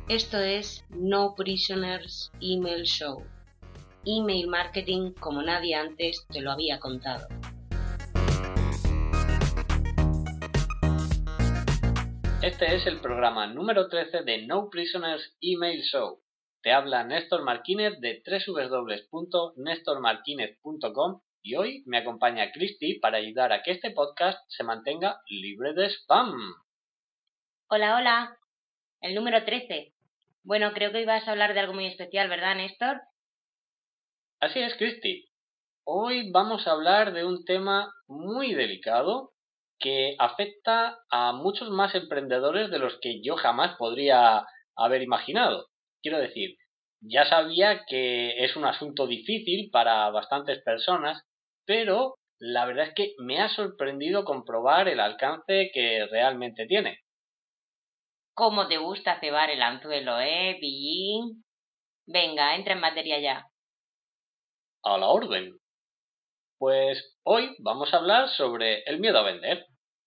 Esto es No Prisoners Email Show. Email marketing como nadie antes te lo había contado. Este es el programa número 13 de No Prisoners Email Show. Te habla Néstor Marquínez de www.nestormarquinez.com y hoy me acompaña Cristi para ayudar a que este podcast se mantenga libre de spam. Hola, el número 13. Bueno, creo que hoy vas a hablar de algo muy especial, ¿verdad, Néstor? Así es, Cristi. Hoy vamos a hablar de un tema muy delicado que afecta a muchos más emprendedores de los que yo jamás podría haber imaginado. Quiero decir, ya sabía que es un asunto difícil para bastantes personas, pero la verdad es que me ha sorprendido comprobar el alcance que realmente tiene. ¿Cómo te gusta cebar el anzuelo, pillín? Venga, entra en materia ya. A la orden. Pues hoy vamos a hablar sobre el miedo a vender.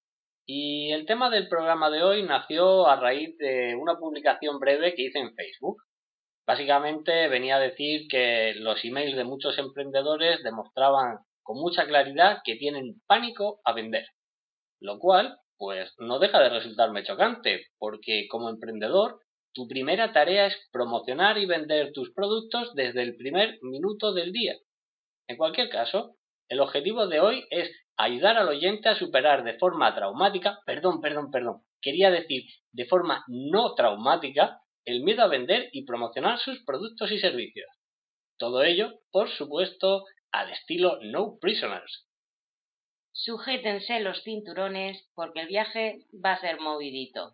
Y el tema del programa de hoy nació a raíz de una publicación breve que hice en Facebook. Básicamente venía a decir que los emails de muchos emprendedores demostraban con mucha claridad que tienen pánico a vender. Lo cual, pues, no deja de resultarme chocante, porque como emprendedor, tu primera tarea es promocionar y vender tus productos desde el primer minuto del día. En cualquier caso, el objetivo de hoy es ayudar al oyente a superar de forma traumática, quería decir de forma no traumática, el miedo a vender y promocionar sus productos y servicios. Todo ello, por supuesto, al estilo No Prisoners. Sujétense los cinturones porque el viaje va a ser movidito.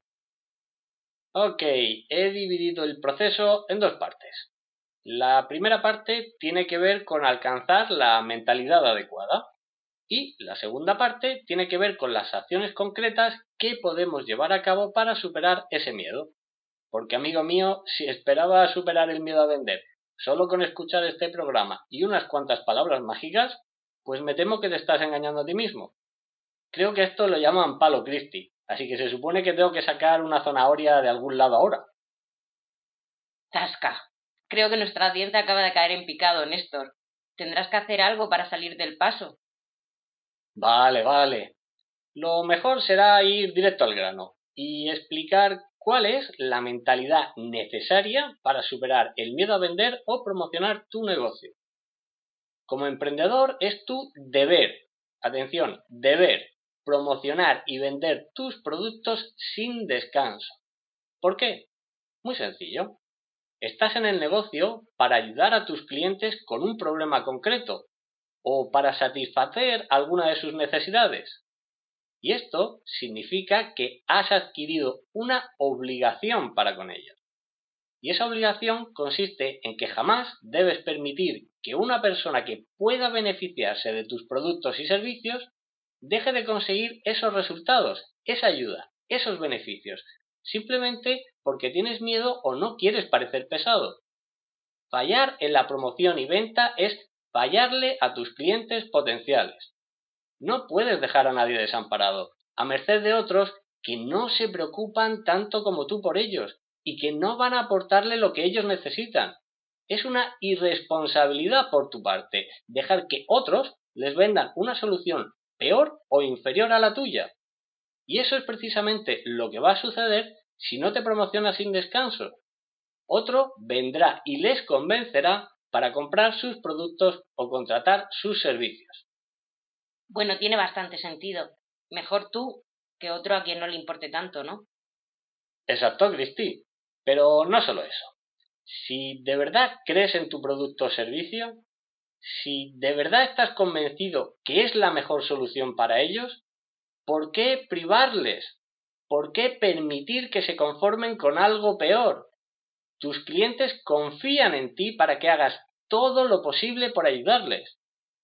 Ok, he dividido el proceso en dos partes. La primera parte tiene que ver con alcanzar la mentalidad adecuada. Y la segunda parte tiene que ver con las acciones concretas que podemos llevar a cabo para superar ese miedo. Porque, amigo mío, si esperaba superar el miedo a vender solo con escuchar este programa y unas cuantas palabras mágicas, pues me temo que te estás engañando a ti mismo. Creo que esto lo llaman palo Christi, así que se supone que tengo que sacar una zanahoria de algún lado ahora. ¡Zasca! Creo que nuestra audiencia acaba de caer en picado, Néstor. Tendrás que hacer algo para salir del paso. Vale. Lo mejor será ir directo al grano y explicar cuál es la mentalidad necesaria para superar el miedo a vender o promocionar tu negocio. Como emprendedor es tu deber, atención, deber, promocionar y vender tus productos sin descanso. ¿Por qué? Muy sencillo. Estás en el negocio para ayudar a tus clientes con un problema concreto o para satisfacer alguna de sus necesidades. Y esto significa que has adquirido una obligación para con ellos. Y esa obligación consiste en que jamás debes permitir que una persona que pueda beneficiarse de tus productos y servicios deje de conseguir esos resultados, esa ayuda, esos beneficios, simplemente porque tienes miedo o no quieres parecer pesado. Fallar en la promoción y venta es fallarle a tus clientes potenciales. No puedes dejar a nadie desamparado, a merced de otros que no se preocupan tanto como tú por ellos y que no van a aportarle lo que ellos necesitan. Es una irresponsabilidad por tu parte dejar que otros les vendan una solución peor o inferior a la tuya. Y eso es precisamente lo que va a suceder si no te promocionas sin descanso. Otro vendrá y les convencerá para comprar sus productos o contratar sus servicios. Bueno, tiene bastante sentido. Mejor tú que otro a quien no le importe tanto, ¿no? Exacto, Cristi. Pero no solo eso. Si de verdad crees en tu producto o servicio, si de verdad estás convencido que es la mejor solución para ellos, ¿por qué privarles? ¿Por qué permitir que se conformen con algo peor? Tus clientes confían en ti para que hagas todo lo posible por ayudarles.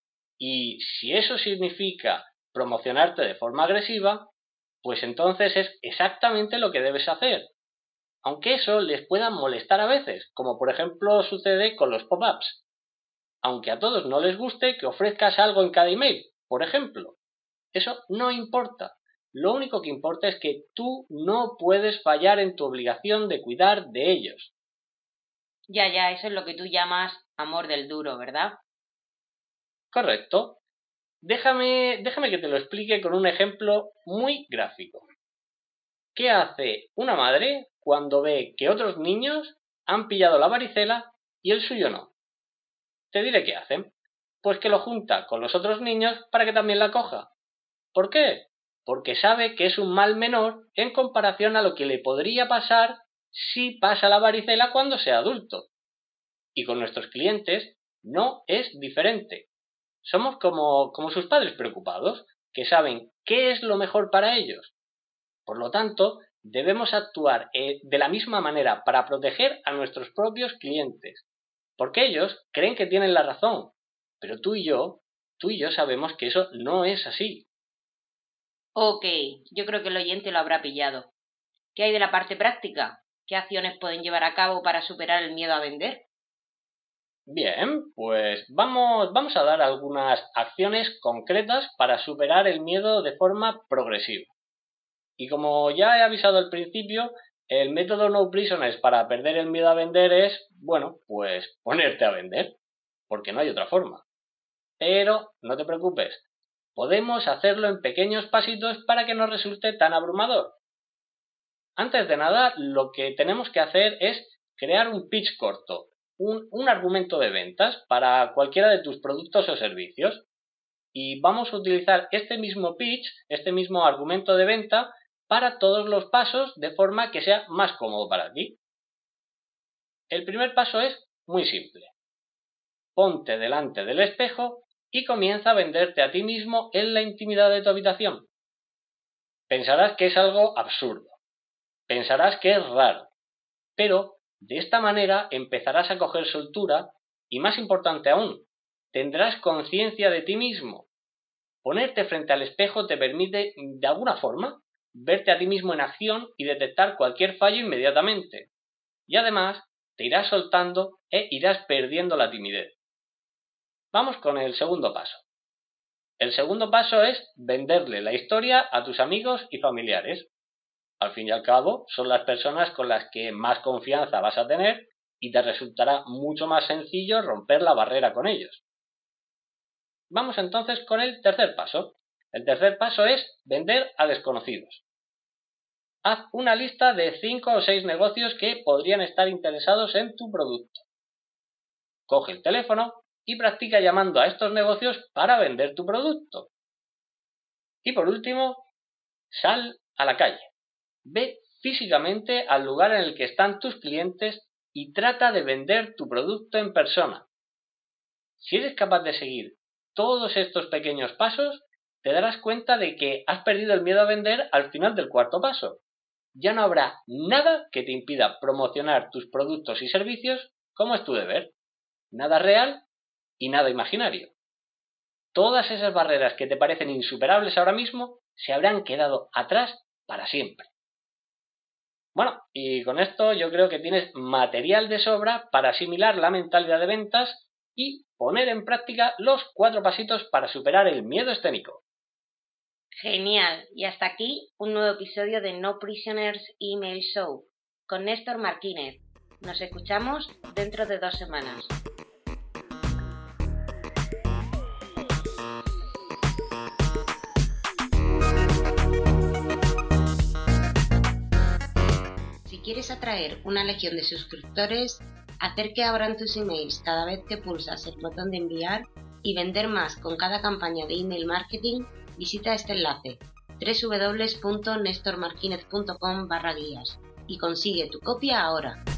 Y si eso significa promocionarte de forma agresiva, pues entonces es exactamente lo que debes hacer. Aunque eso les pueda molestar a veces, como por ejemplo sucede con los pop-ups. Aunque a todos no les guste que ofrezcas algo en cada email, por ejemplo. Eso no importa. lo único que importa es que tú no puedes fallar en tu obligación de cuidar de ellos. Ya, eso es lo que tú llamas amor del duro, ¿verdad? Correcto. Déjame que te lo explique con un ejemplo muy gráfico. ¿Qué hace una madre cuando ve que otros niños han pillado la varicela y el suyo no? Te diré qué hacen. Pues que lo junta con los otros niños para que también la coja. ¿Por qué? Porque sabe que es un mal menor en comparación a lo que le podría pasar si pasa la varicela cuando sea adulto. Y con nuestros clientes no es diferente. Somos como sus padres preocupados, que saben qué es lo mejor para ellos. Por lo tanto, debemos actuar de la misma manera para proteger a nuestros propios clientes, porque ellos creen que tienen la razón, pero tú y yo sabemos que eso no es así. Ok, yo creo que el oyente lo habrá pillado. ¿Qué hay de la parte práctica? ¿Qué acciones pueden llevar a cabo para superar el miedo a vender? Bien, pues vamos a dar algunas acciones concretas para superar el miedo de forma progresiva. Y como ya he avisado al principio, el método No Prisoners para perder el miedo a vender es, pues ponerte a vender, porque no hay otra forma. Pero no te preocupes, podemos hacerlo en pequeños pasitos para que no resulte tan abrumador. Antes de nada, lo que tenemos que hacer es crear un pitch corto, un argumento de ventas para cualquiera de tus productos o servicios. Y vamos a utilizar este mismo pitch, este mismo argumento de venta, para todos los pasos de forma que sea más cómodo para ti. El primer paso es muy simple. Ponte delante del espejo y comienza a venderte a ti mismo en la intimidad de tu habitación. Pensarás que es algo absurdo, pensarás que es raro, pero de esta manera empezarás a coger soltura y, más importante aún, tendrás conciencia de ti mismo. Ponerte frente al espejo te permite, de alguna forma, verte a ti mismo en acción y detectar cualquier fallo inmediatamente. Y además, te irás soltando e irás perdiendo la timidez. Vamos con el segundo paso. El segundo paso es venderle la historia a tus amigos y familiares. Al fin y al cabo, son las personas con las que más confianza vas a tener y te resultará mucho más sencillo romper la barrera con ellos. Vamos entonces con el tercer paso. El tercer paso es vender a desconocidos. Haz una lista de 5 o 6 negocios que podrían estar interesados en tu producto. Coge el teléfono y practica llamando a estos negocios para vender tu producto. Y por último, sal a la calle. Ve físicamente al lugar en el que están tus clientes y trata de vender tu producto en persona. Si eres capaz de seguir todos estos pequeños pasos, te darás cuenta de que has perdido el miedo a vender al final del cuarto paso. Ya no habrá nada que te impida promocionar tus productos y servicios como es tu deber. Nada real y nada imaginario. Todas esas barreras que te parecen insuperables ahora mismo se habrán quedado atrás para siempre. Bueno, y con esto yo creo que tienes material de sobra para asimilar la mentalidad de ventas y poner en práctica los 4 pasitos para superar el miedo escénico. Genial, y hasta aquí un nuevo episodio de No Prisoners Email Show con Néstor Martínez. Nos escuchamos dentro de 2 semanas. Si quieres atraer una legión de suscriptores, hacer que abran tus emails cada vez que pulsas el botón de enviar y vender más con cada campaña de email marketing, visita este enlace www.nestormarquinez.com/guías y consigue tu copia ahora.